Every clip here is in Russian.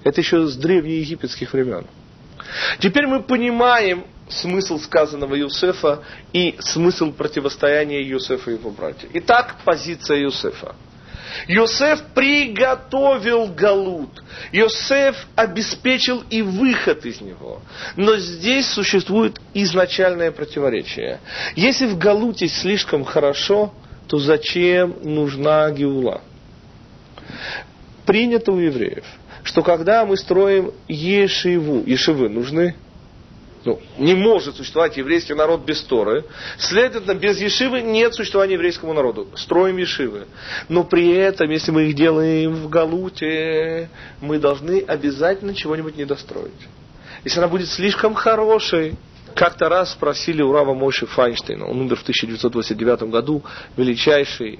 Это еще с древнеегипетских времен. Теперь мы понимаем смысл сказанного Иосифа и смысл противостояния Иосифа и его братьев. Итак, позиция Иосифа. Иосиф приготовил галут. Иосиф обеспечил и выход из него. Но здесь существует изначальное противоречие. Если в галуте слишком хорошо, то зачем нужна геула? Принято у евреев, что когда мы строим ешивы нужны. Не может существовать еврейский народ без Торы. Следовательно, без ешивы нет существования еврейскому народу. Строим ешивы. Но при этом, если мы их делаем в галуте, мы должны обязательно чего-нибудь недостроить. Если она будет слишком хорошей. Как-то раз спросили у Рава Мойши Файнштейна, он умер в 1929 году, величайший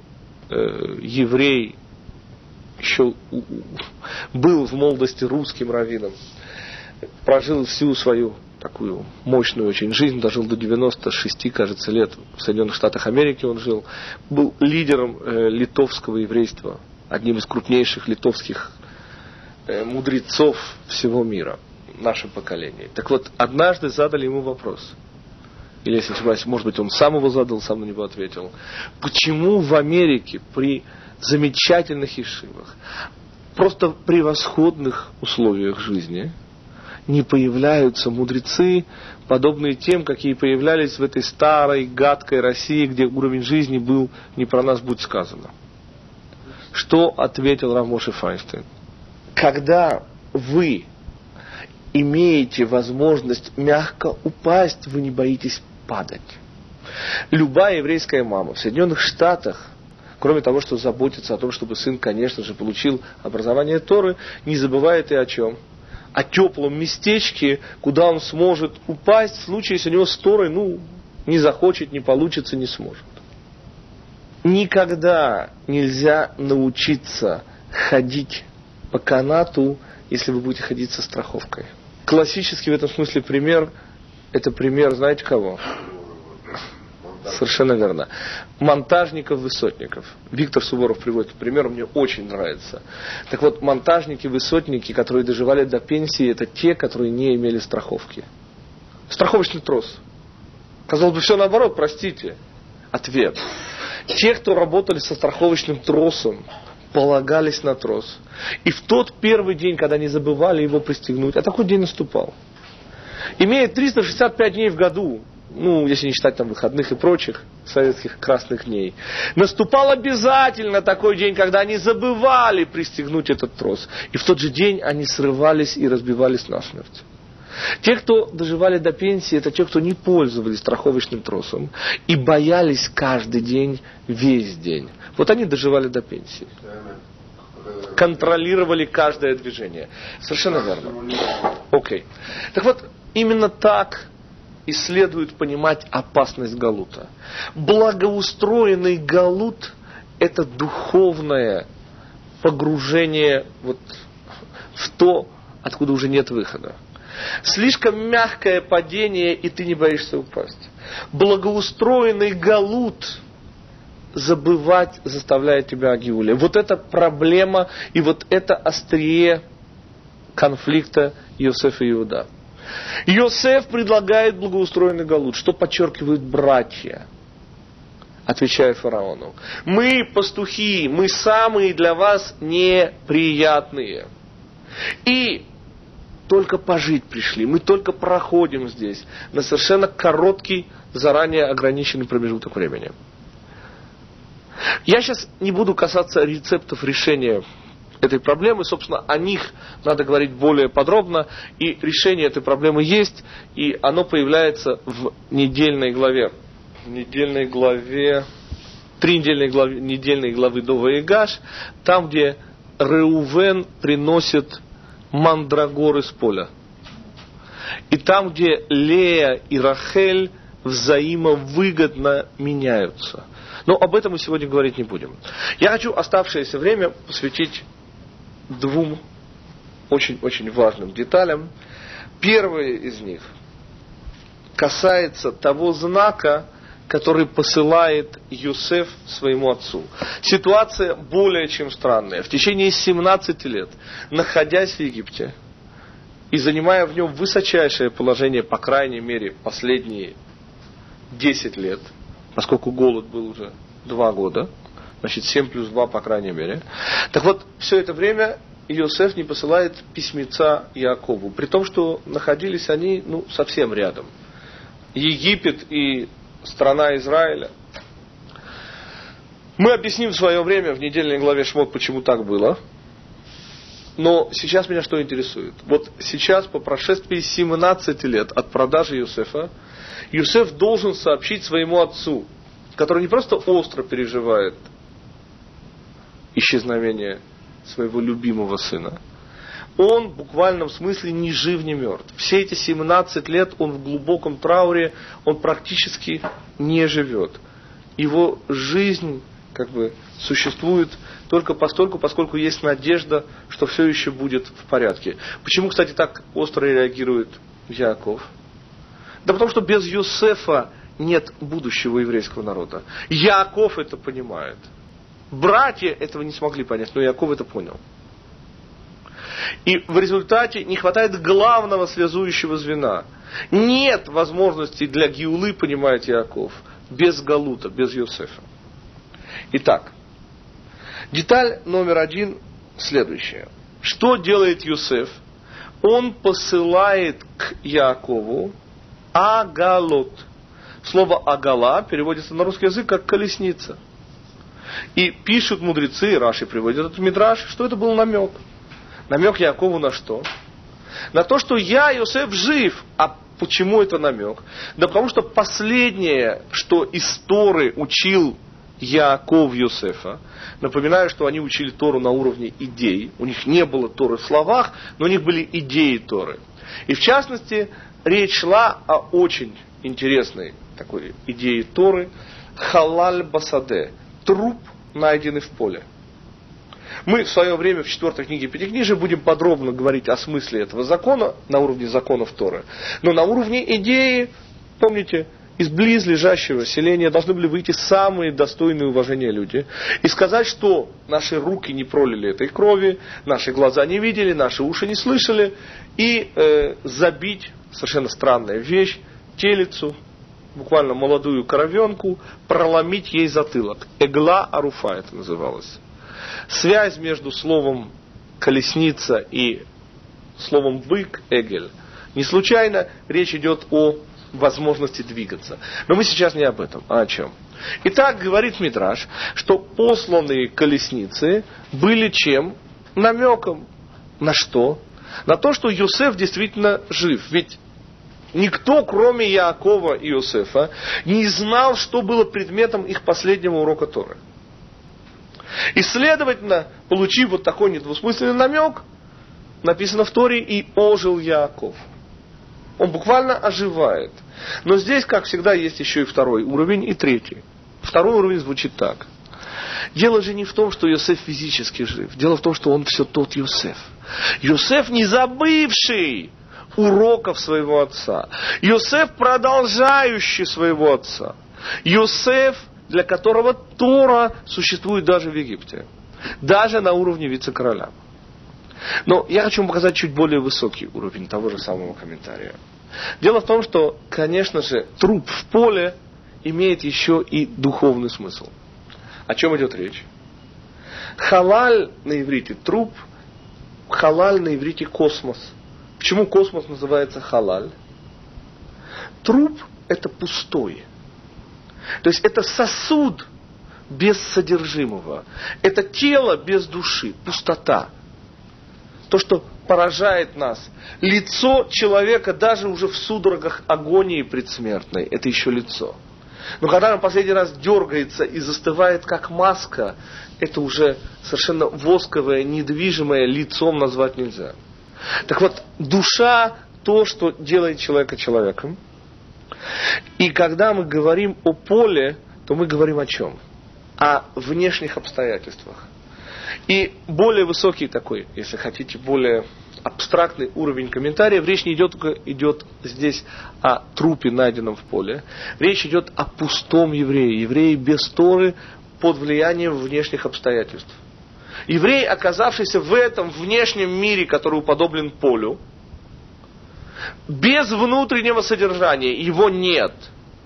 еврей, еще был в молодости русским раввином, прожил всю свою такую мощную очень жизнь, дожил до 96, кажется, лет в Соединенных Штатах Америки он жил, был лидером литовского еврейства, одним из крупнейших литовских мудрецов всего мира, наше поколение. Так вот, однажды задали ему вопрос, или, если не ошибаюсь, может быть, он сам его задал, сам на него ответил, почему в Америке при замечательных ешивах, просто превосходных условиях жизни, не появляются мудрецы, подобные тем, какие появлялись в этой старой, гадкой России, где уровень жизни был не про нас будь сказано. Что ответил Рав Моше Файнштейн? Когда вы имеете возможность мягко упасть, вы не боитесь падать. Любая еврейская мама в Соединенных Штатах, кроме того, что заботится о том, чтобы сын, конечно же, получил образование Торы, не забывает и о чем? О теплом местечке, куда он сможет упасть в случае, если у него с Торой, не захочет, не получится, не сможет. Никогда нельзя научиться ходить по канату, если вы будете ходить со страховкой. Классический в этом смысле пример, это пример, знаете кого? Совершенно верно. Монтажников-высотников. Виктор Суворов приводит пример, мне очень нравится. Так вот, монтажники-высотники, которые доживали до пенсии, это те, которые не имели страховки. Страховочный трос. Казалось бы, все наоборот, простите. Ответ. Те, кто работали со страховочным тросом, полагались на трос. И в тот первый день, когда они забывали его пристегнуть, а такой день наступал. Имея 365 дней в году, если не считать там выходных и прочих советских красных дней, наступал обязательно такой день, когда они забывали пристегнуть этот трос. И в тот же день они срывались и разбивались насмерть. Те, кто доживали до пенсии, это те, кто не пользовались страховочным тросом и боялись каждый день, весь день. Вот они доживали до пенсии. Контролировали каждое движение. Совершенно верно. Окей. Так вот, именно так и следует понимать опасность галута. Благоустроенный галут – это духовное погружение в то, откуда уже нет выхода. Слишком мягкое падение, и ты не боишься упасть. Благоустроенный галут забывать заставляет тебя о геуле. Вот это проблема, и вот это острие конфликта Иосифа и Иуда. Иосиф предлагает благоустроенный галут, что подчеркивают братья, отвечая фараону. Мы, пастухи, мы самые для вас неприятные. И только пожить пришли, мы только проходим здесь на совершенно короткий, заранее ограниченный промежуток времени. Я сейчас не буду касаться рецептов решения этой проблемы, собственно, о них надо говорить более подробно, и решение этой проблемы есть, и оно появляется в недельной главе. Недельной главе, 3 недельные главы до Ваегаш, там, где Реувен приносит мандрагор из поля. И там, где Лея и Рахель взаимовыгодно меняются. Но об этом мы сегодня говорить не будем. Я хочу оставшееся время посвятить 2 очень-очень важным деталям. Первый из них касается того знака, который посылает Йосеф своему отцу. Ситуация более чем странная. В течение 17 лет, находясь в Египте и занимая в нем высочайшее положение, по крайней мере, последние 10 лет, поскольку голод был уже 2 года, значит 7 плюс 2 по крайней мере. Так вот, все это время Йосеф не посылает письмеца Яакову, при том, что находились они совсем рядом. Египет и страна Израиля. Мы объясним в свое время в недельной главе Шмот, почему так было. Но сейчас меня что интересует? Вот сейчас, по прошествии 17 лет от продажи Йосефа, Йосеф должен сообщить своему отцу, который не просто остро переживает исчезновение своего любимого сына, он в буквальном смысле ни жив, ни мертв. Все эти 17 лет он в глубоком трауре, он практически не живет. Его жизнь существует только постольку, поскольку есть надежда, что все еще будет в порядке. Почему, кстати, так остро реагирует Яаков? Да потому что без Йосефа нет будущего еврейского народа. Яаков это понимает. Братья этого не смогли понять, но Яаков это понял. И в результате не хватает главного связующего звена. Нет возможности для геулы, понимает Яаков, без Галута, без Йосефа. Итак, деталь номер 1 следующая. Что делает Йосеф? Он посылает к Яакову агалот. Слово агала переводится на русский язык как колесница. И пишут мудрецы, Раши приводит этот мидраш, что это был намек. Намек Яакову на что? На то, что Йосеф, жив. А почему это намек? Да потому что последнее, что из Торы учил Яаков Йосефа, напоминаю, что они учили Тору на уровне идей. У них не было Торы в словах, но у них были идеи Торы. И в частности, речь шла о очень интересной такой идее Торы. Халаль басаде. Труп, найденный в поле. Мы в свое время в 4 книге Пятикнижия будем подробно говорить о смысле этого закона на уровне законов Торы. Но на уровне идеи, помните, из близлежащего селения должны были выйти самые достойные уважения люди и сказать, что наши руки не пролили этой крови, наши глаза не видели, наши уши не слышали, и забить, совершенно странная вещь, телицу, буквально молодую коровенку, проломить ей затылок. Эгла аруфа это называлось. Связь между словом колесница и словом бык, эгель, не случайно речь идет о возможности двигаться. Но мы сейчас не об этом, а о чем? Итак, говорит Мидраш, что посланные колесницы были чем? Намеком. На что? На то, что Йосеф действительно жив. Ведь никто, кроме Яакова и Йосефа, не знал, что было предметом их последнего урока Торы. И, следовательно, получив вот такой недвусмысленный намек, написано в Торе, и ожил Яаков. Он буквально оживает. Но здесь, как всегда, есть еще и второй уровень и третий. Второй уровень звучит так. Дело же не в том, что Йосеф физически жив. Дело в том, что он все тот Йосеф. Йосеф, не забывший уроков своего отца. Йосеф, продолжающий своего отца. Йосеф, для которого Тора существует даже в Египте. Даже на уровне вице-короля. Но я хочу вам показать чуть более высокий уровень того же самого комментария. Дело в том, что, конечно же, труп в поле имеет еще и духовный смысл. О чем идет речь? Халаль на иврите труп, халаль на иврите космос. Почему космос называется халаль? Труп это пустой. То есть это сосуд без содержимого. Это тело без души, пустота. То, что поражает нас. Лицо человека даже уже в судорогах агонии предсмертной, это еще лицо. Но когда он последний раз дергается и застывает как маска, это уже совершенно восковое, недвижимое, лицом назвать нельзя. Так вот, душа то, что делает человека человеком. И когда мы говорим о поле, то мы говорим о чем? О внешних обстоятельствах. И более высокий такой, если хотите, более абстрактный уровень комментариев. Речь не идет здесь о трупе, найденном в поле. Речь идет о пустом еврее. Еврее без Торы под влиянием внешних обстоятельств. Еврей, оказавшийся в этом внешнем мире, который уподоблен полю, без внутреннего содержания, его нет.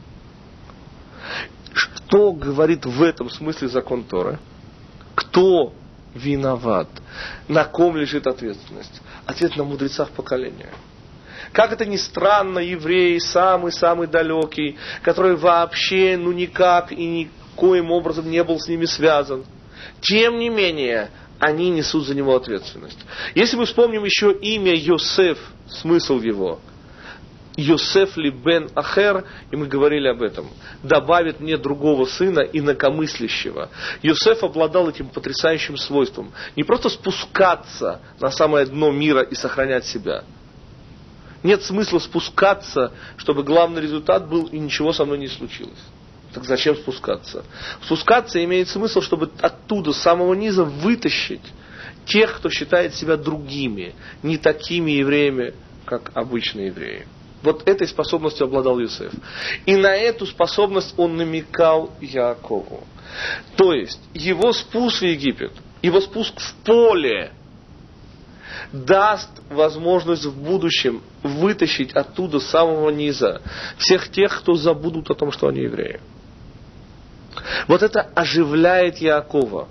Что говорит в этом смысле закон Торы? Кто виноват? На ком лежит ответственность? Ответ на мудрецах поколения. Как это ни странно, еврей самый-самый далекий, который вообще никак и никоим образом не был с ними связан. Тем не менее, они несут за него ответственность. Если мы вспомним еще имя Йосеф, смысл его, Йосеф ли бен Ахер, и мы говорили об этом, добавит мне другого сына, инакомыслящего. Йосеф обладал этим потрясающим свойством. Не просто спускаться на самое дно мира и сохранять себя. Нет смысла спускаться, чтобы главный результат был и ничего со мной не случилось. Так зачем спускаться? Спускаться имеет смысл, чтобы оттуда, с самого низа, вытащить тех, кто считает себя другими, не такими евреями, как обычные евреи. Вот этой способностью обладал Йосеф. И на эту способность он намекал Яакову. То есть, его спуск в Египет, его спуск в поле даст возможность в будущем вытащить оттуда, с самого низа, всех тех, кто забудут о том, что они евреи. Вот это оживляет Яакова.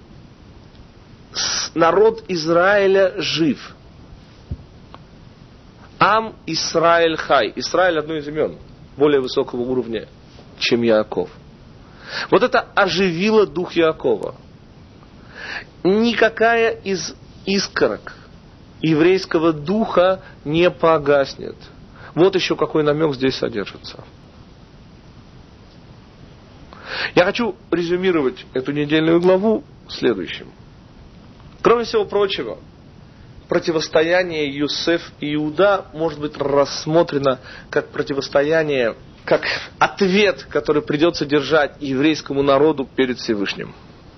Народ Израиля жив. Ам Исраэль Хай. Израиль одно из имен более высокого уровня, чем Яаков. Вот это оживило дух Яакова. Никакая из искорок еврейского духа не погаснет. Вот еще какой намек здесь содержится. Я хочу резюмировать эту недельную главу следующим. Кроме всего прочего, противостояние Йосеф и Иуда может быть рассмотрено как противостояние, как ответ, который придется держать еврейскому народу перед Всевышним.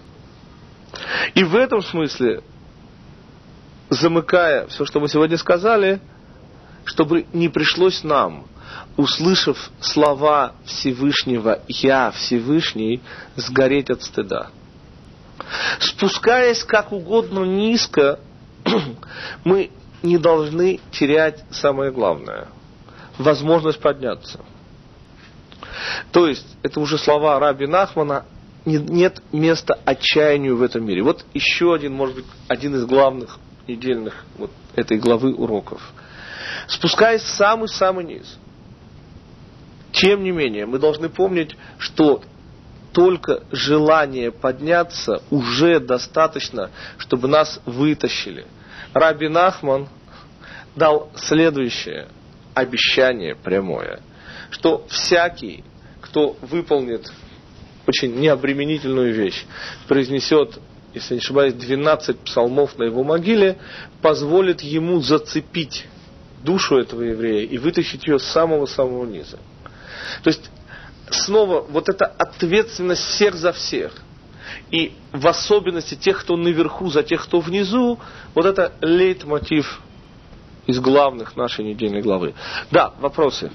И в этом смысле, замыкая все, что мы сегодня сказали, чтобы не пришлось нам, услышав слова Всевышнего «Я Всевышний», сгореть от стыда. Спускаясь как угодно низко, мы не должны терять самое главное – возможность подняться. То есть, это уже слова Раби Нахмана, нет места отчаянию в этом мире. Вот еще один, может быть, один из главных недельных вот этой главы уроков. Спускаясь в самый-самый низ, тем не менее, мы должны помнить, что только желание подняться уже достаточно, чтобы нас вытащили. Раби Нахман дал следующее обещание прямое, что всякий, кто выполнит очень необременительную вещь, произнесет, если не ошибаюсь, 12 псалмов на его могиле, позволит ему зацепить душу этого еврея и вытащить ее с самого-самого низа. То есть, снова, вот эта ответственность всех за всех. И в особенности тех, кто наверху, за тех, кто внизу, вот это лейтмотив из главных нашей недельной главы. Да, вопросы?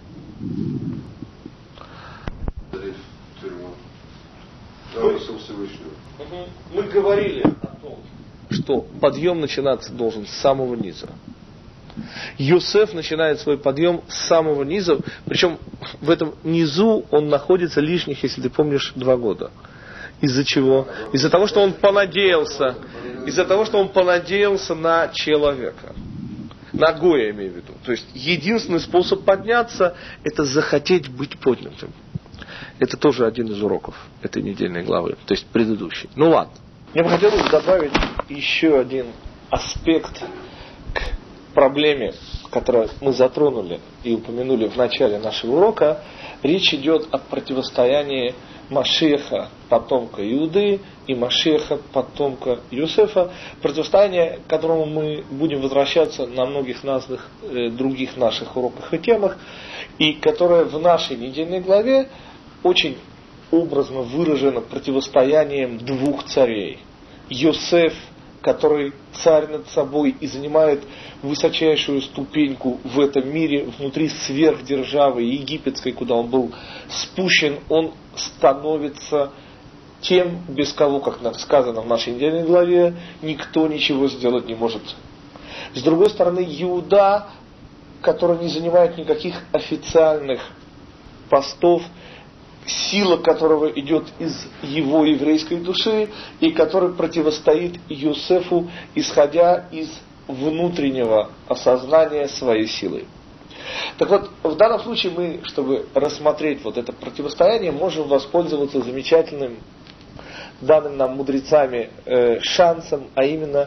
Мы говорили о том, что подъем начинаться должен с самого низа. Йосеф начинает свой подъем с самого низа, причем в этом низу он находится лишних, если ты помнишь, 2 года. Из-за чего? Из-за того, что он понадеялся. Из-за того, что он понадеялся на человека. На Гоя, я имею в виду. То есть, единственный способ подняться, это захотеть быть поднятым. Это тоже один из уроков этой недельной главы. То есть, предыдущий. Ну ладно. Я бы хотел добавить еще один аспект к проблеме, которую мы затронули и упомянули в начале нашего урока. Речь идет о противостоянии Машиаха, потомка Иуды, и Машиаха, потомка Йосефа, противостояние, к которому мы будем возвращаться на многих других наших уроках и темах, и которое в нашей недельной главе очень образно выражено противостоянием 2 царей. Йосеф который царь над собой и занимает высочайшую ступеньку в этом мире, внутри сверхдержавы египетской, куда он был спущен, он становится тем, без кого, как сказано в нашей недельной главе, никто ничего сделать не может. С другой стороны, Иуда, который не занимает никаких официальных постов, сила которого идет из его еврейской души и который противостоит Йосефу, исходя из внутреннего осознания своей силы. Так вот, в данном случае мы, чтобы рассмотреть вот это противостояние, можем воспользоваться замечательным, данным нам мудрецами шансом, а именно,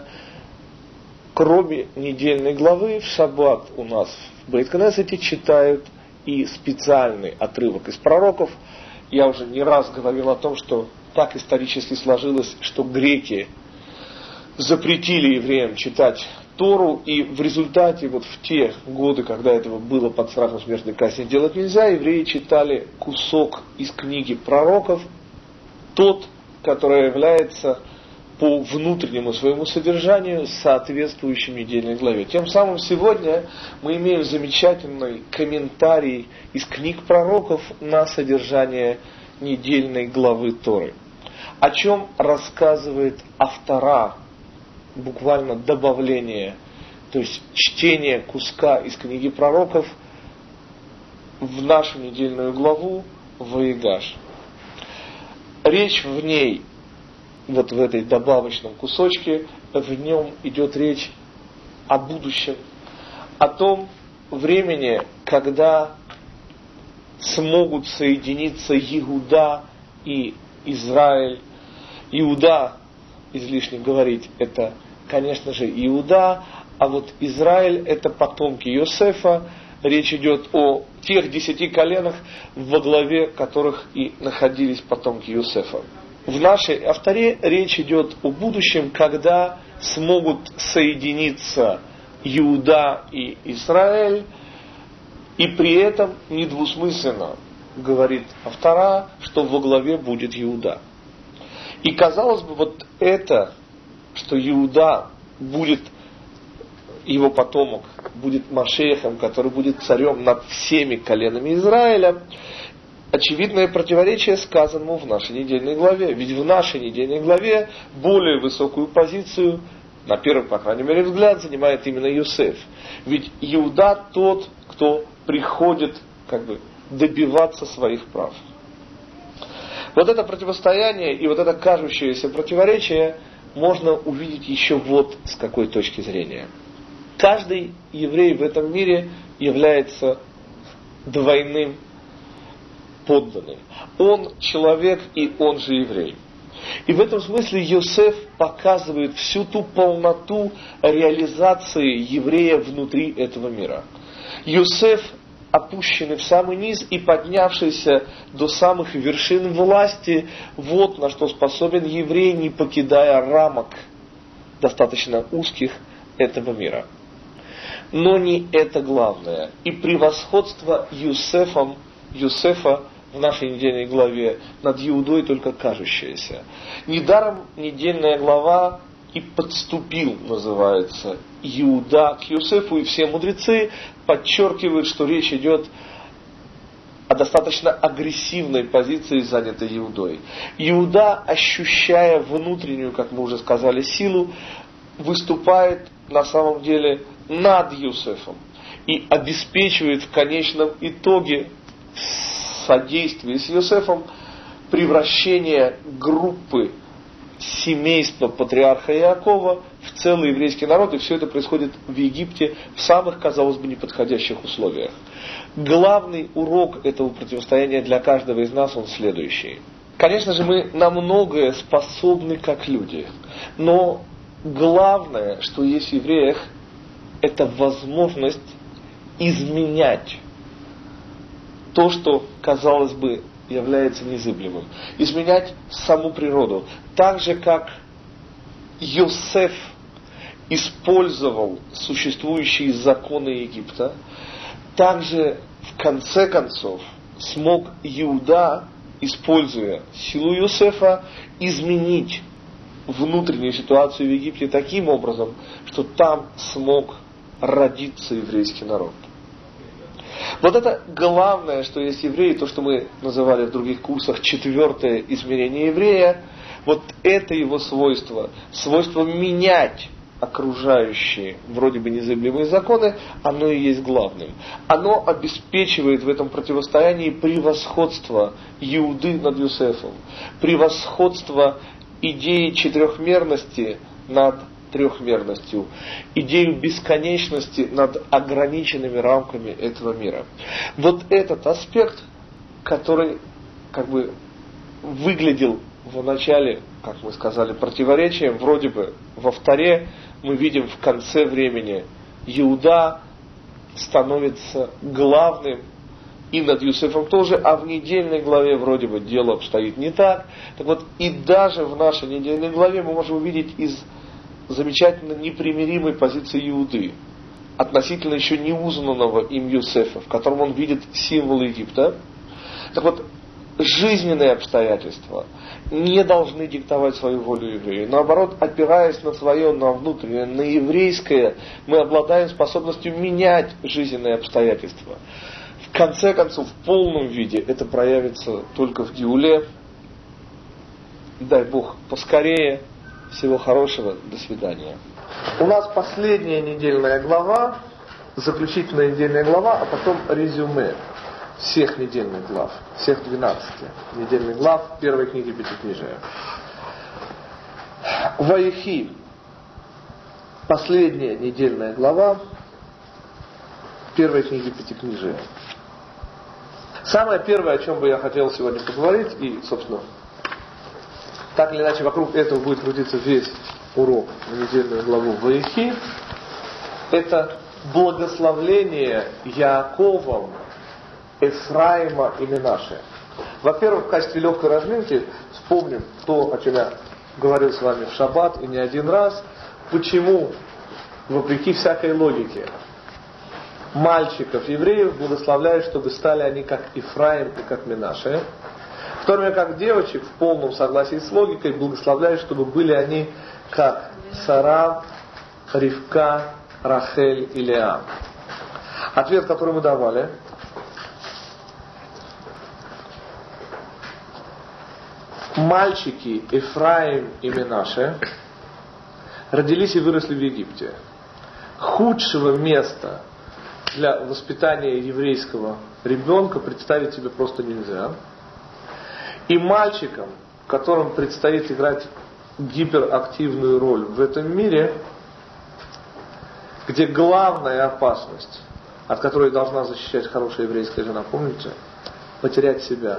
кроме недельной главы, в шаббат у нас в Бейт-Кнесете читают и специальный отрывок из пророков. Я уже не раз говорил о том, что так исторически сложилось, что греки запретили евреям читать Тору, и в результате, вот в те годы, когда этого было под страхом смертной казни делать нельзя, евреи читали кусок из книги пророков, тот, который является по внутреннему своему содержанию соответствующим недельной главе. Тем самым сегодня мы имеем замечательный комментарий из книг пророков на содержание недельной главы Торы. О чем рассказывает автора, буквально добавление, то есть чтение куска из книги пророков в нашу недельную главу Ваигаш. Речь в ней, вот в этой добавочном кусочке, в нем идет речь о будущем, о том времени, когда смогут соединиться Иуда и Израиль. Иуда, излишне говорить, это, конечно же, Иуда, а вот Израиль это потомки Йосефа. Речь идет о тех 10 коленах, во главе которых и находились потомки Йосефа. В нашей авторе речь идет о будущем, когда смогут соединиться Иуда и Израиль, и при этом недвусмысленно говорит автора, что во главе будет Иуда. И казалось бы, вот это, что Иуда будет, его потомок, будет Машиахом, который будет царем над всеми коленами Израиля, очевидное противоречие сказанному в нашей недельной главе. Ведь в нашей недельной главе более высокую позицию, на первый, по крайней мере, взгляд, занимает именно Йосеф. Ведь Иуда тот, кто приходит добиваться своих прав. Вот это противостояние и вот это кажущееся противоречие можно увидеть еще вот с какой точки зрения. Каждый еврей в этом мире является двойным подданным. Он человек и он же еврей. И в этом смысле Йосеф показывает всю ту полноту реализации еврея внутри этого мира. Йосеф, опущенный в самый низ и поднявшийся до самых вершин власти, вот на что способен еврей, не покидая рамок достаточно узких этого мира. Но не это главное. И превосходство Йосефа в нашей недельной главе над Иудой только кажущееся. Недаром недельная глава и подступил, называется, Иуда к Йосефу, и все мудрецы подчеркивают, что речь идет о достаточно агрессивной позиции, занятой Иудой. Иуда, ощущая внутреннюю, как мы уже сказали, силу, выступает на самом деле над Йосефом и обеспечивает в конечном итоге в содействии с Йосефом превращение группы семейства патриарха Иакова в целый еврейский народ, и все это происходит в Египте в самых, казалось бы, неподходящих условиях. Главный урок этого противостояния для каждого из нас, он следующий. Конечно же, мы на многое способны как люди, но главное, что есть в евреях, это возможность изменять то, что, казалось бы, является незыблемым. Изменять саму природу. Так же, как Йосеф использовал существующие законы Египта, также в конце концов смог Иуда, используя силу Йосефа, изменить внутреннюю ситуацию в Египте таким образом, что там смог родиться еврейский народ. Вот это главное, что есть евреи, то, что мы называли в других курсах четвертое измерение еврея, вот это его свойство, свойство менять окружающие вроде бы незыблемые законы, оно и есть главным. Оно обеспечивает в этом противостоянии превосходство Иуды над Йосефом, превосходство идеи четырехмерности над трехмерностью, идею бесконечности над ограниченными рамками этого мира. Вот этот аспект, который как бы выглядел в начале, как мы сказали, противоречием, вроде бы во Торе мы видим в конце времени Иуда становится главным, и над Йосефом тоже, а в недельной главе вроде бы дело обстоит не так. Так вот, и даже в нашей недельной главе мы можем увидеть из замечательно непримиримой позиции Иуды, относительно еще не узнанного им Йосефа, в котором он видит символ Египта. Так вот, жизненные обстоятельства не должны диктовать свою волю еврею. Наоборот, опираясь на свое, на внутреннее, на еврейское, мы обладаем способностью менять жизненные обстоятельства. В конце концов, в полном виде это проявится только в Геуле. Дай Бог поскорее. Всего хорошего. До свидания. У нас последняя недельная глава, заключительная недельная глава, а потом резюме всех недельных глав, всех 12 недельных глав первой книги Пятикнижия. Ваихи, последняя недельная глава первой книги Пятикнижия. Самое первое, о чем бы я хотел сегодня поговорить, и, собственно, так или иначе вокруг этого будет крутиться весь урок на недельную главу Ваихи, это благословление Яаковом Эфраима и Менаше. Во-первых, в качестве легкой разминки вспомним то, о чем я говорил с вами в шаббат и не один раз, почему, вопреки всякой логике, мальчиков евреев благословляют, чтобы стали они как Ифраим и как Менаше, в то время как девочек в полном согласии с логикой благословляют, чтобы были они как Сара, Ривка, Рахель и Леа. Ответ, который мы давали: мальчики Ефраим и Менаше родились и выросли в Египте. Худшего места для воспитания еврейского ребенка представить себе просто нельзя. И мальчикам, которым предстоит играть гиперактивную роль в этом мире, где главная опасность, от которой должна защищать хорошая еврейская жена, помните? Потерять себя.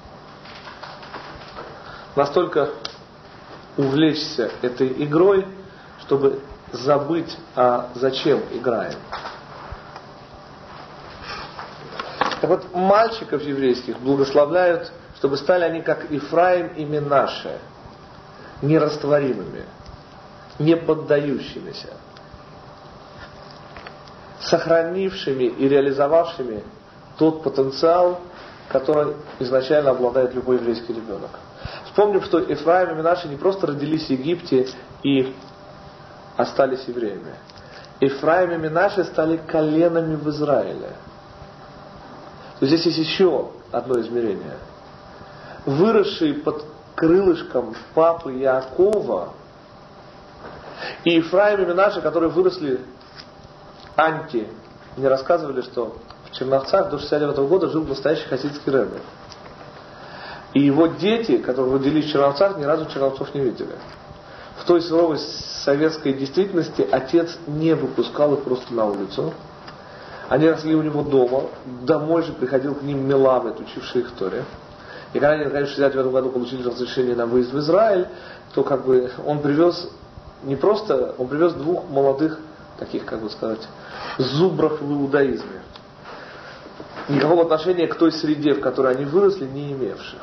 Настолько увлечься этой игрой, чтобы забыть, а зачем играем. Так вот, мальчиков еврейских благословляют, чтобы стали они как Ифраим и Менаше, нерастворимыми, не поддающимися, сохранившими и реализовавшими тот потенциал, который изначально обладает любой еврейский ребенок. Вспомним, что Ифраим и Менаше не просто родились в Египте и остались евреями. Ифраим и Менаше стали коленами в Израиле. То есть здесь есть еще одно измерение. Выросшие под крылышком папы Яакова и Ефраим и Менаше, которые выросли мне рассказывали, что в Черновцах до 69 года жил настоящий хасидский рэбе. И его дети, которые родились в Черновцах, ни разу Черновцов не видели. В той суровой советской действительности отец не выпускал их просто на улицу. Они росли у него дома. Домой же приходил к ним Мелавет, учивший их Торе. И когда они, конечно, в 1969 году получили разрешение на выезд в Израиль, то как бы он привез он привез двух молодых, таких, как бы сказать, зубров в иудаизме. Никакого отношения к той среде, в которой они выросли, не имевших.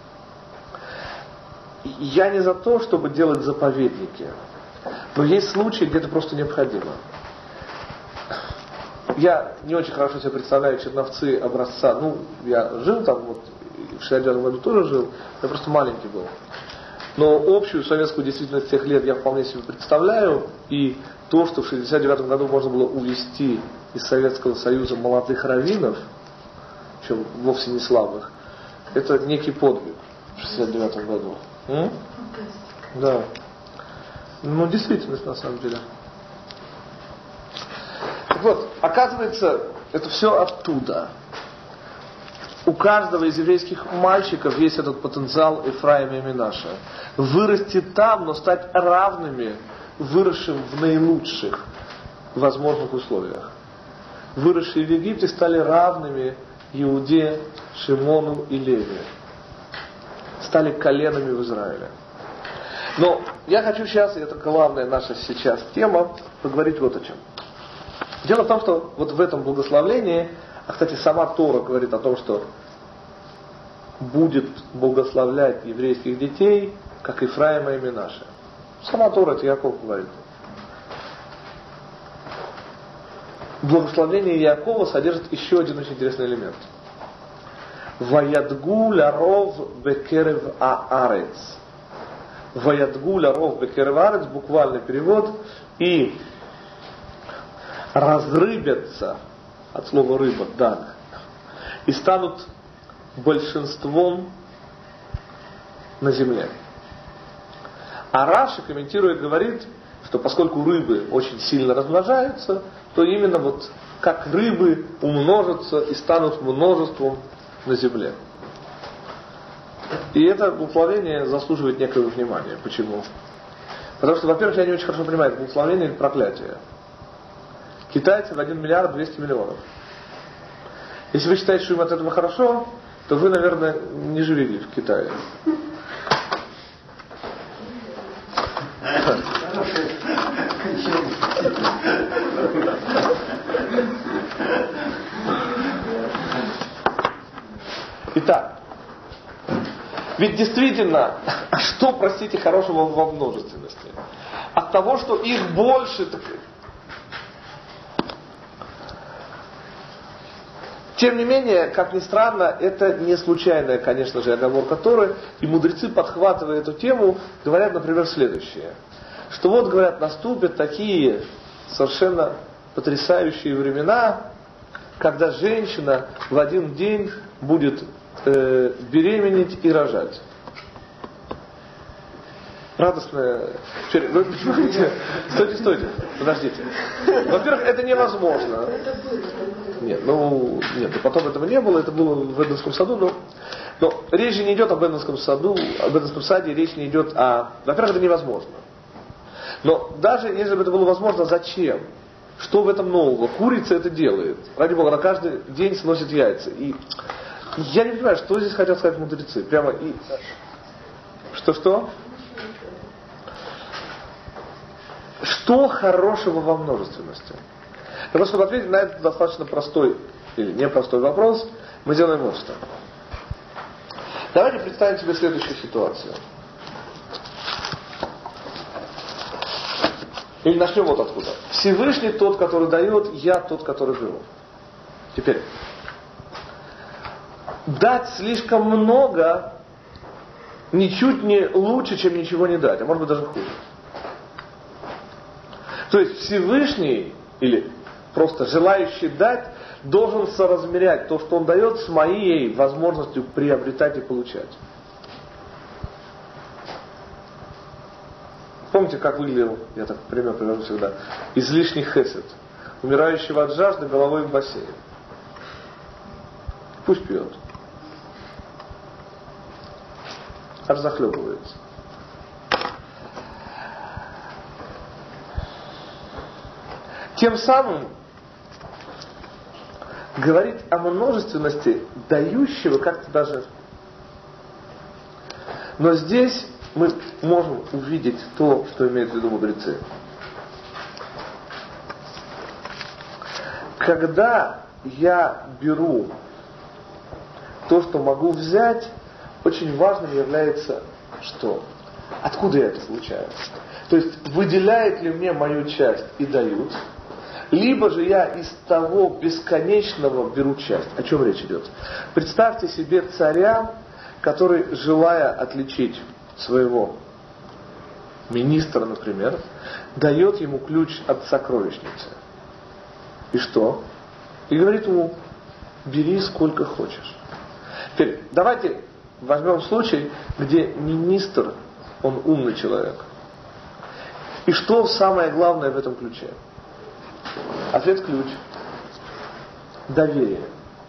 Я не за то, чтобы делать заповедники, но есть случаи, где это просто необходимо. Я не очень хорошо себе представляю Черновцы образца. Я жил там, в 69 году тоже жил, я просто маленький был. Но общую советскую действительность тех лет я вполне себе представляю. И то, что в 1969 году можно было увезти из Советского Союза молодых раввинов, причем вовсе не слабых, это некий подвиг в 1969 году. Да. Ну, действительность на самом деле. Так вот, оказывается, это все оттуда. У каждого из еврейских мальчиков есть этот потенциал Ефраима и Менаше. Вырасти там, но стать равными выросшим в наилучших возможных условиях. Выросшие в Египте стали равными Иуде, Шимону и Левию. Стали коленами в Израиле. Но я хочу сейчас, и это главная наша сейчас тема, поговорить вот о чем. Дело в том, что вот в этом благословлении, а кстати сама Тора говорит о том, что будет благословлять еврейских детей, как Ефраима и Менаше. Сама Тора, это Яков говорит. Благословение Якова содержит еще один очень интересный элемент. Ваядгу ларов бекерев аарец. Ваядгу ларов бекерев аарец, буквальный перевод, и разрыбятся, от слова рыба, даг, и станут большинством на земле. А Раши, комментирует, говорит, что поскольку рыбы очень сильно размножаются, то именно вот как рыбы умножатся и станут множеством на земле. И это благословение заслуживает некоего внимания. Почему? Потому что, во-первых, я не очень хорошо понимаю, это благословение или проклятие. Китайцы в 1 миллиард 200 миллионов. Если вы считаете, что им от этого хорошо, то вы, наверное, не жили в Китае. Итак, ведь действительно, что, простите, хорошего во множественности? От того, что их больше, так... Тем не менее, как ни странно, это не случайная, конечно же, оговорка Торы, и мудрецы, подхватывая эту тему, говорят, например, следующее. Что вот, говорят, наступят такие совершенно потрясающие времена, когда женщина в один день будет беременеть и рожать. Радостная... Вы понимаете? Стойте, подождите. Во-первых, это невозможно. Нет, потом этого не было, это было в Эденском саду, но речь же не идет об Эденском саду, об Эденском саде, речь не идет о... Во-первых, это невозможно. Но даже если бы это было возможно, зачем? Что в этом нового? Курица это делает. Ради Бога, она каждый день сносит яйца. И я не понимаю, что здесь хотят сказать мудрецы. Прямо и... Что? Что хорошего во множественности? Для того, чтобы ответить на этот достаточно простой или непростой вопрос, мы делаем вот что. Давайте представим себе следующую ситуацию. Или начнем вот откуда. Всевышний тот, который дает, я тот, который беру. Теперь. Дать слишком много ничуть не лучше, чем ничего не дать, а может быть даже хуже. То есть Всевышний, или просто желающий дать, должен соразмерять то, что он дает, с моей возможностью приобретать и получать. Помните, как выглядел, я так пример привожу всегда, излишний хесед, умирающего от жажды головой в бассейн. Пусть пьет. Аж захлебывается. Тем самым говорить о множественности дающего как-то даже... Но здесь мы можем увидеть то, что имеют в виду мудрецы. Когда я беру то, что могу взять, очень важным является что? Откуда я это получаю? То есть выделяет ли мне мою часть и дают, либо же я из того бесконечного беру часть. О чем речь идет? Представьте себе царя, который, желая отличить своего министр, например, дает ему ключ от сокровищницы. И что? И говорит ему, бери сколько хочешь. Теперь, давайте возьмем случай, где министр, он умный человек. И что самое главное в этом ключе? Ответ ключ. Доверие.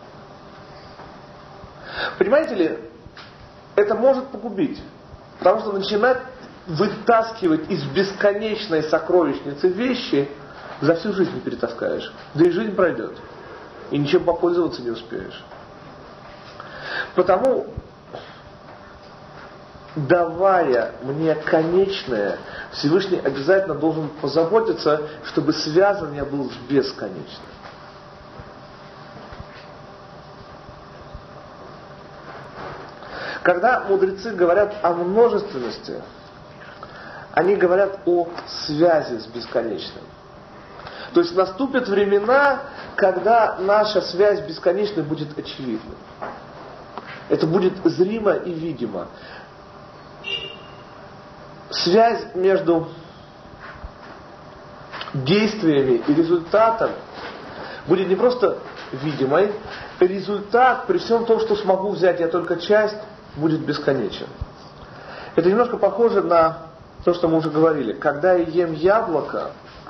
Понимаете ли, это может погубить. Потому что начинать вытаскивать из бесконечной сокровищницы вещи за всю жизнь не перетаскаешь. Да и жизнь пройдет. И ничем попользоваться не успеешь. Потому, давая мне конечное, Всевышний обязательно должен позаботиться, чтобы связан я был с бесконечным. Когда мудрецы говорят о множественности, они говорят о связи с бесконечным. То есть наступят времена, когда наша связь с бесконечным будет очевидна. Это будет зримо и видимо. Связь между действиями и результатом будет не просто видимой. Результат, при всем том, что смогу взять я только часть, будет бесконечен. Это немножко похоже на то, что мы уже говорили. Когда я ем яблоко,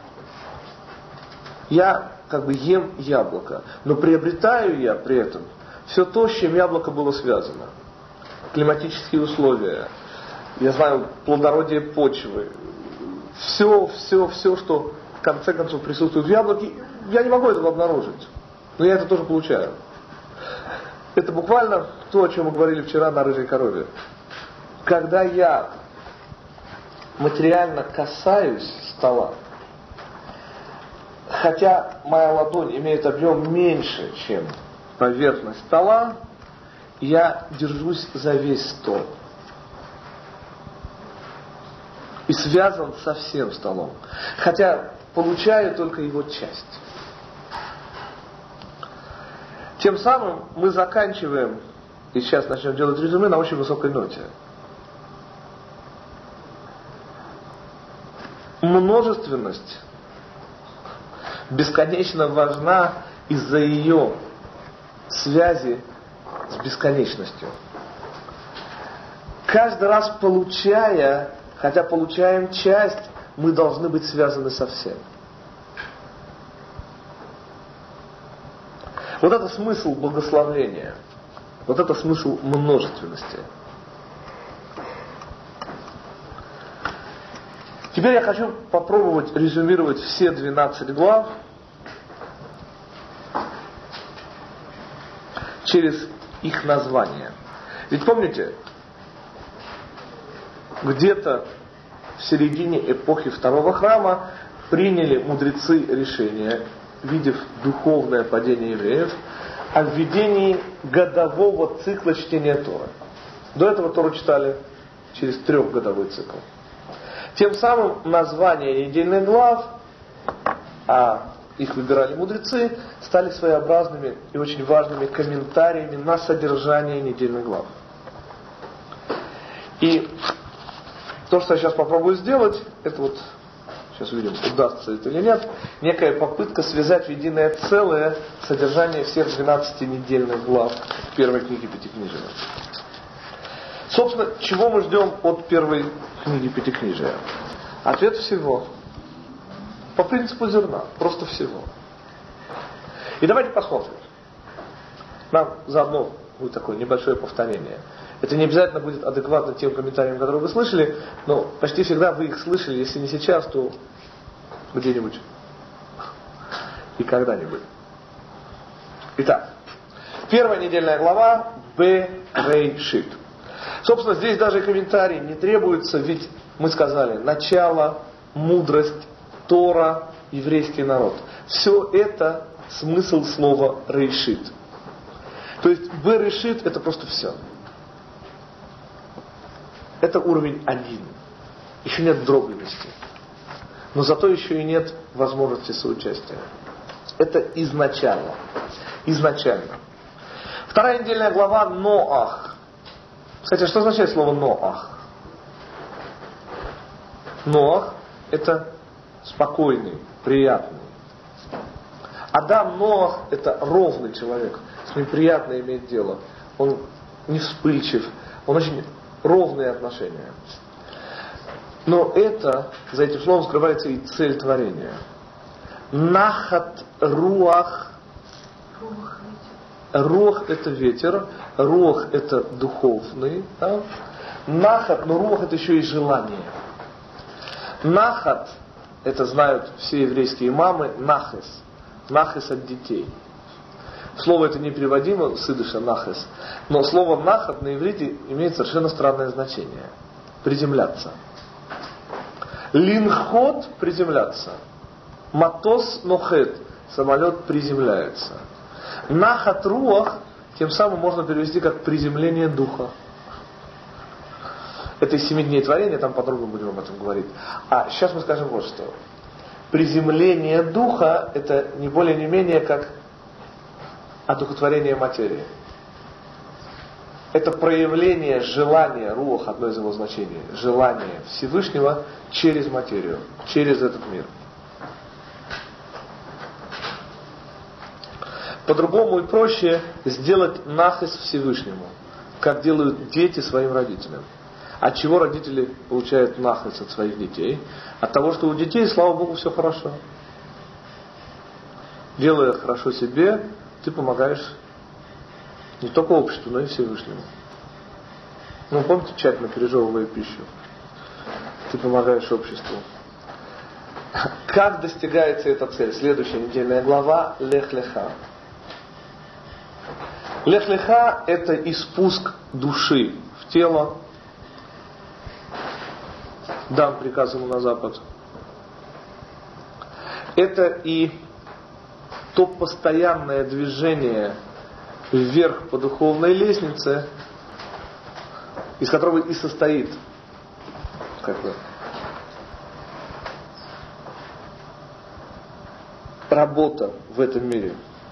я как бы ем яблоко, но приобретаю я при этом все то, с чем яблоко было связано. Климатические условия, я знаю, плодородие почвы, все, что в конце концов присутствует в яблоке, я не могу этого обнаружить. Но я это тоже получаю. Это буквально то, о чем мы говорили вчера на рыжей корове. Когда я материально касаюсь стола, хотя моя ладонь имеет объем меньше, чем поверхность стола, я держусь за весь стол. И связан со всем столом. Хотя получаю только его часть. Тем самым мы заканчиваем, и сейчас начнем делать резюме, на очень высокой ноте. Множественность бесконечно важна из-за ее связи с бесконечностью. Каждый раз получая, хотя получаем часть, мы должны быть связаны со всем. Вот это смысл благословения. Вот это смысл множественности. Теперь я хочу попробовать резюмировать все 12 глав через их название. Ведь помните, где-то в середине эпохи второго храма приняли мудрецы решение, видев духовное падение евреев, о введении годового цикла чтения Торы. До этого Тору читали через 3-годовой цикл. Тем самым названия недельных глав, а их выбирали мудрецы, стали своеобразными и очень важными комментариями на содержание недельных глав. И то, что я сейчас попробую сделать, это вот, сейчас увидим, удастся это или нет, некая попытка связать в единое целое содержание всех 12 недельных глав первой книги Пятикнижия. Собственно, чего мы ждем от первой книги Пятикнижия? Ответ всего. По принципу зерна. Просто всего. И давайте посмотрим. Нам заодно будет такое небольшое повторение. Это не обязательно будет адекватно тем комментариям, которые вы слышали, но почти всегда вы их слышали, если не сейчас, то где-нибудь и когда-нибудь. Итак, первая недельная глава Берешит. Собственно, здесь даже комментарий не требуется, ведь мы сказали, начало, мудрость, Тора, еврейский народ. Все это смысл слова Решит. То есть Берешит это просто все. Это уровень 1. Еще нет дробности. Но зато еще и нет возможности соучастия. Это изначально. Изначально. Вторая недельная глава Ноах. Кстати, что означает слово Ноах? Ноах – это спокойный, приятный. Адам Ноах – это ровный человек, с ним приятно иметь дело. Он не вспыльчив, он очень ровные отношения. Но это, за этим словом скрывается и цель творения. Нахат руах. Руах это ветер, руах это духовный. Да? Нахат, но руах это еще и желание. Нахат, это знают все еврейские мамы, нахес. Нахес от детей. Слово это не переводимо с идыша нахес, но слово нахат на иврите имеет совершенно странное значение. Приземляться. Линхот – приземляться. Матос нохет – самолет приземляется. Нахат руах тем самым можно перевести как приземление духа. Это из 7 дней творения, там подробно будем об этом говорить. А сейчас мы скажем вот что. Приземление духа – это не более не менее как одухотворение материи. Это проявление желания, руах, одно из его значений, желания Всевышнего через материю, через этот мир. По-другому и проще сделать нахес Всевышнему, как делают дети своим родителям. От чего родители получают нахес от своих детей? От того, что у детей, слава Богу, все хорошо. Делая хорошо себе, ты помогаешь не только обществу, но и Всевышнему. Ну, помните, тщательно пережевывая пищу, ты помогаешь обществу. Как достигается эта цель? Следующая недельная глава Лех-Леха. Лех-Леха – это испуск души в тело. Дан приказ ему на запад. Это и то постоянное движение вверх по духовной лестнице, из которого и состоит работа в этом мире.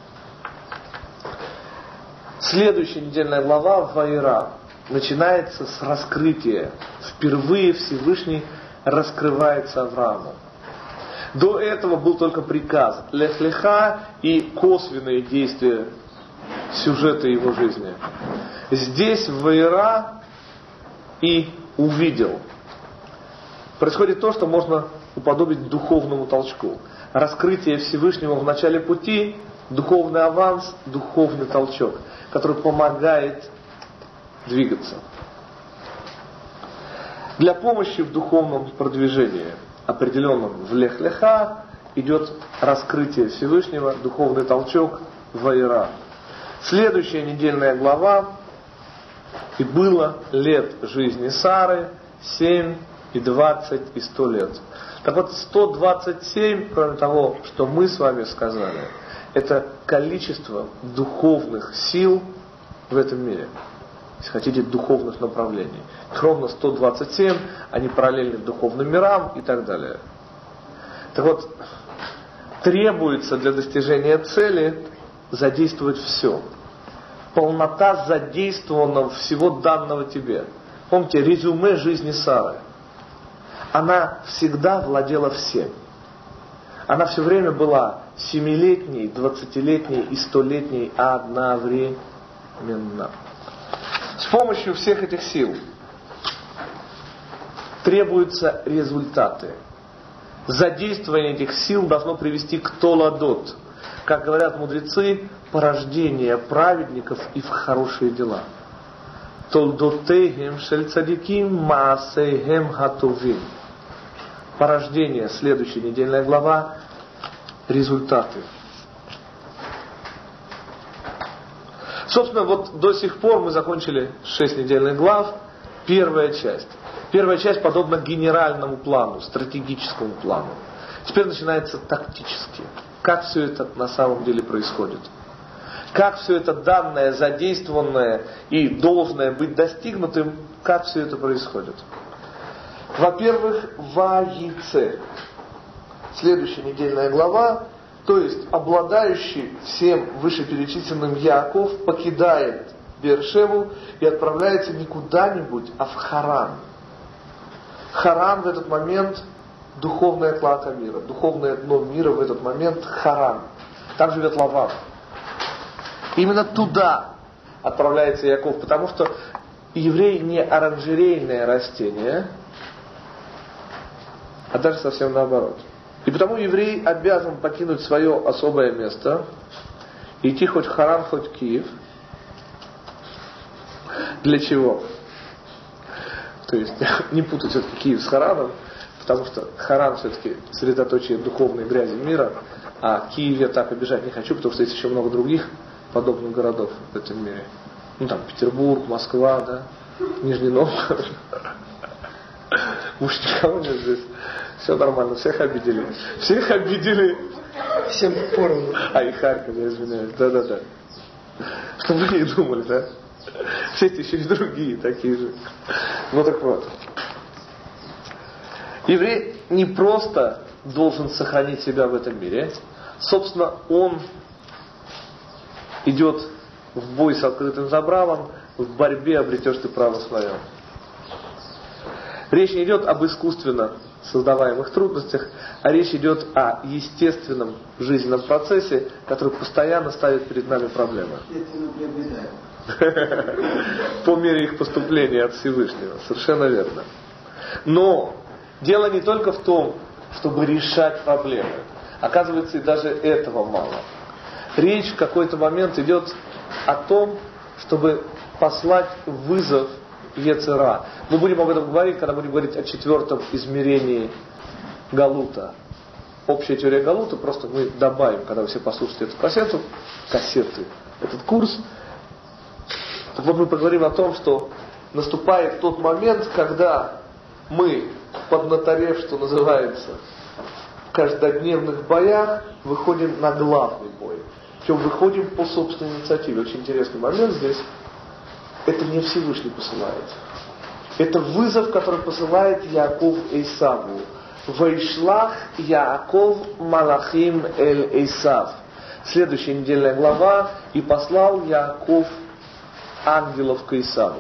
Следующая недельная глава Ваира начинается с раскрытия. Впервые Всевышний раскрывается Аврааму. До этого был только приказ Лех-Леха и косвенные действия сюжета его жизни. Здесь в Ваира и увидел. Происходит то, что можно уподобить духовному толчку. Раскрытие Всевышнего в начале пути, духовный аванс, духовный толчок, который помогает двигаться. Для помощи в духовном продвижении, определенном в Лех-Леха, идет раскрытие Всевышнего, духовный толчок Ваира. Следующая недельная глава. И было лет жизни Сары 7 и 20 и 100 лет. Так вот, 127, кроме того, что мы с вами сказали, это количество духовных сил в этом мире. Если хотите, духовных направлений. Ровно 127, они параллельны духовным мирам и так далее. Так вот, требуется для достижения цели задействовать все. Полнота задействованного всего данного тебе. Помните, резюме жизни Сары. Она всегда владела всем. Она все время была 7-летней, 20-летней и 100-летней одновременно. С помощью всех этих сил требуются результаты. Задействование этих сил должно привести к толадот. Как говорят мудрецы, порождение праведников и в хорошие дела. Толдотейхем шель цадиким маасейхем хатувим. Порождение, следующая недельная глава, результаты. Собственно, вот до сих пор мы закончили 6 недельных глав. Первая часть. Первая часть подобна генеральному плану, стратегическому плану. Теперь начинается тактически. Как все это на самом деле происходит? Как все это данное, задействованное и должное быть достигнутым, как все это происходит? Во-первых, Ваице. Следующая недельная глава, то есть обладающий всем вышеперечисленным Яаков покидает Беэр-Шеву и отправляется не куда-нибудь, а в Харан. Харан в этот момент духовная клака мира, духовное дно мира в этот момент Харан. Там живет Лаван. Именно туда отправляется Яков, потому что еврей не оранжерейное растение, а даже совсем наоборот. И потому еврей обязан покинуть свое особое место, идти хоть в Харан, хоть в Киев. Для чего? То есть не путать все-таки Киев с Хараном, потому что Харан все-таки средоточие духовной грязи мира, а Киев я так обижать не хочу, потому что есть еще много других подобных городов в этом мире. Ну там Петербург, Москва, да, Нижний Новгород. Уж никого нет здесь. Все нормально, всех обидели. Всех обидели. Всем поровну. И Харьков, я извиняюсь. Да. Чтобы вы не думали, да? Все эти еще и другие такие же. Ну так вот. Еврей не просто должен сохранить себя в этом мире. Собственно, он идет в бой с открытым забралом, в борьбе обретешь ты право свое. Речь не идет об искусственно создаваемых трудностях, а речь идет о естественном жизненном процессе, который постоянно ставит перед нами проблемы. По мере их поступления от Всевышнего. Совершенно верно. Но дело не только в том, чтобы решать проблемы. Оказывается, и даже этого мало. Речь в какой-то момент идет о том, чтобы послать вызов Ецера. Мы будем об этом говорить, когда будем говорить о 4-м измерении Галута. Общая теория Галута, просто мы добавим, когда вы все послушаете эту кассету, этот курс. Так вот мы поговорим о том, что наступает тот момент, когда мы, поднаторев, что называется, в каждодневных боях, выходим на главный бой. Причем выходим по собственной инициативе. Очень интересный момент здесь. Это не Всевышний посылает. Это вызов, который посылает Яаков Эйсаву. Вайшлах Яаков Малахим эль Эйсав. Следующая недельная глава. И послал Яаков ангелов к Эйсаву.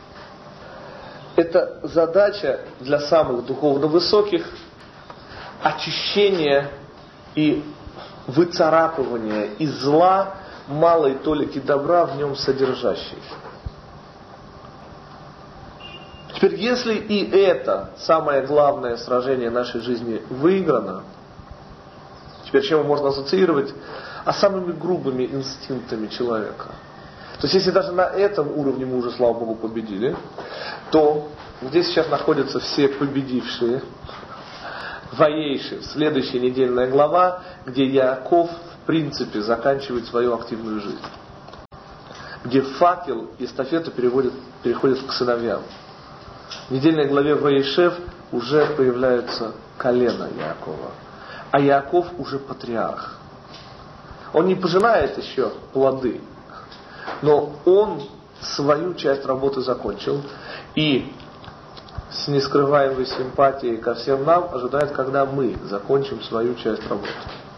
Это задача для самых духовно высоких. Очищение и выцарапывание из зла малой толики добра в нем содержащей. Теперь, если и это самое главное сражение нашей жизни выиграно, теперь чем его можно ассоциировать? А самыми грубыми инстинктами человека. То есть, если даже на этом уровне мы уже, слава Богу, победили, то где сейчас находятся все победившие, Ваейши, следующая недельная глава, где Яаков, в принципе, заканчивает свою активную жизнь. Где факел и эстафета переходят к сыновьям. В недельной главе Ваишев уже появляются колено Яакова. А Яаков уже патриарх. Он не пожинает еще плоды, но он свою часть работы закончил. И с нескрываемой симпатией ко всем нам ожидает, когда мы закончим свою часть работы.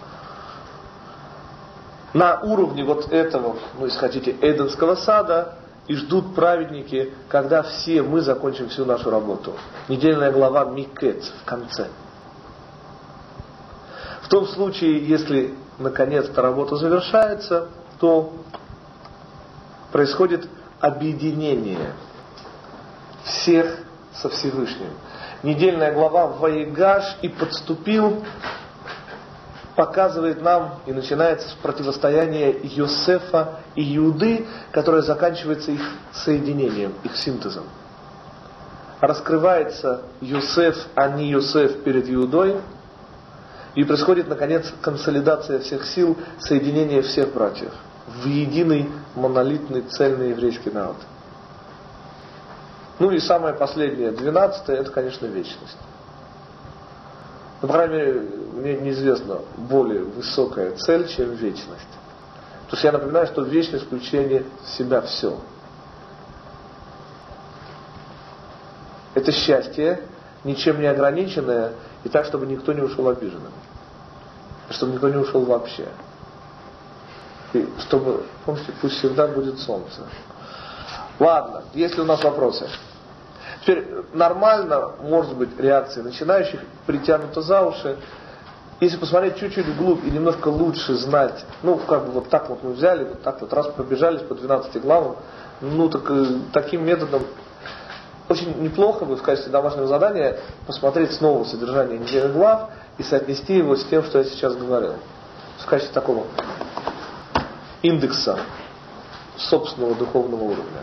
На уровне вот этого, если хотите, Эденского сада и ждут праведники, когда все мы закончим всю нашу работу. Недельная глава Микец в конце. В том случае, если наконец-то работа завершается, то происходит объединение всех со Всевышним. Недельная глава Ваигаш и подступил показывает нам и начинается с противостояния Йосефа и Иуды, которое заканчивается их соединением, их синтезом. Раскрывается Йосеф, а не Йосеф перед Иудой, и происходит, наконец, консолидация всех сил, соединение всех братьев в единый, монолитный, цельный еврейский народ. Ну и самое последнее, 12-е, это, конечно, вечность. Но, по крайней мере, мне неизвестна более высокая цель, чем вечность. Потому что я напоминаю, что вечность включение в себя все. Это счастье, ничем не ограниченное, и так, чтобы никто не ушел обиженным. Чтобы никто не ушел вообще. И чтобы, помните, пусть всегда будет солнце. Ладно, есть ли у нас вопросы? Теперь нормально, может быть, реакция начинающих притянута за уши. Если посмотреть чуть-чуть вглубь и немножко лучше знать, как бы вот так вот мы взяли, вот так вот раз пробежались по 12 главам, таким методом очень неплохо будет в качестве домашнего задания посмотреть снова содержание недельных глав и соотнести его с тем, что я сейчас говорил. В качестве такого индекса собственного духовного уровня.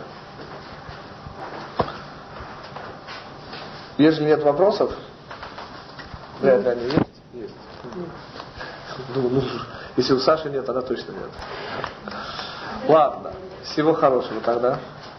Если нет вопросов, вряд ли они есть. Есть. Думаю, если у Саши нет, тогда точно нет. Ладно, всего хорошего тогда.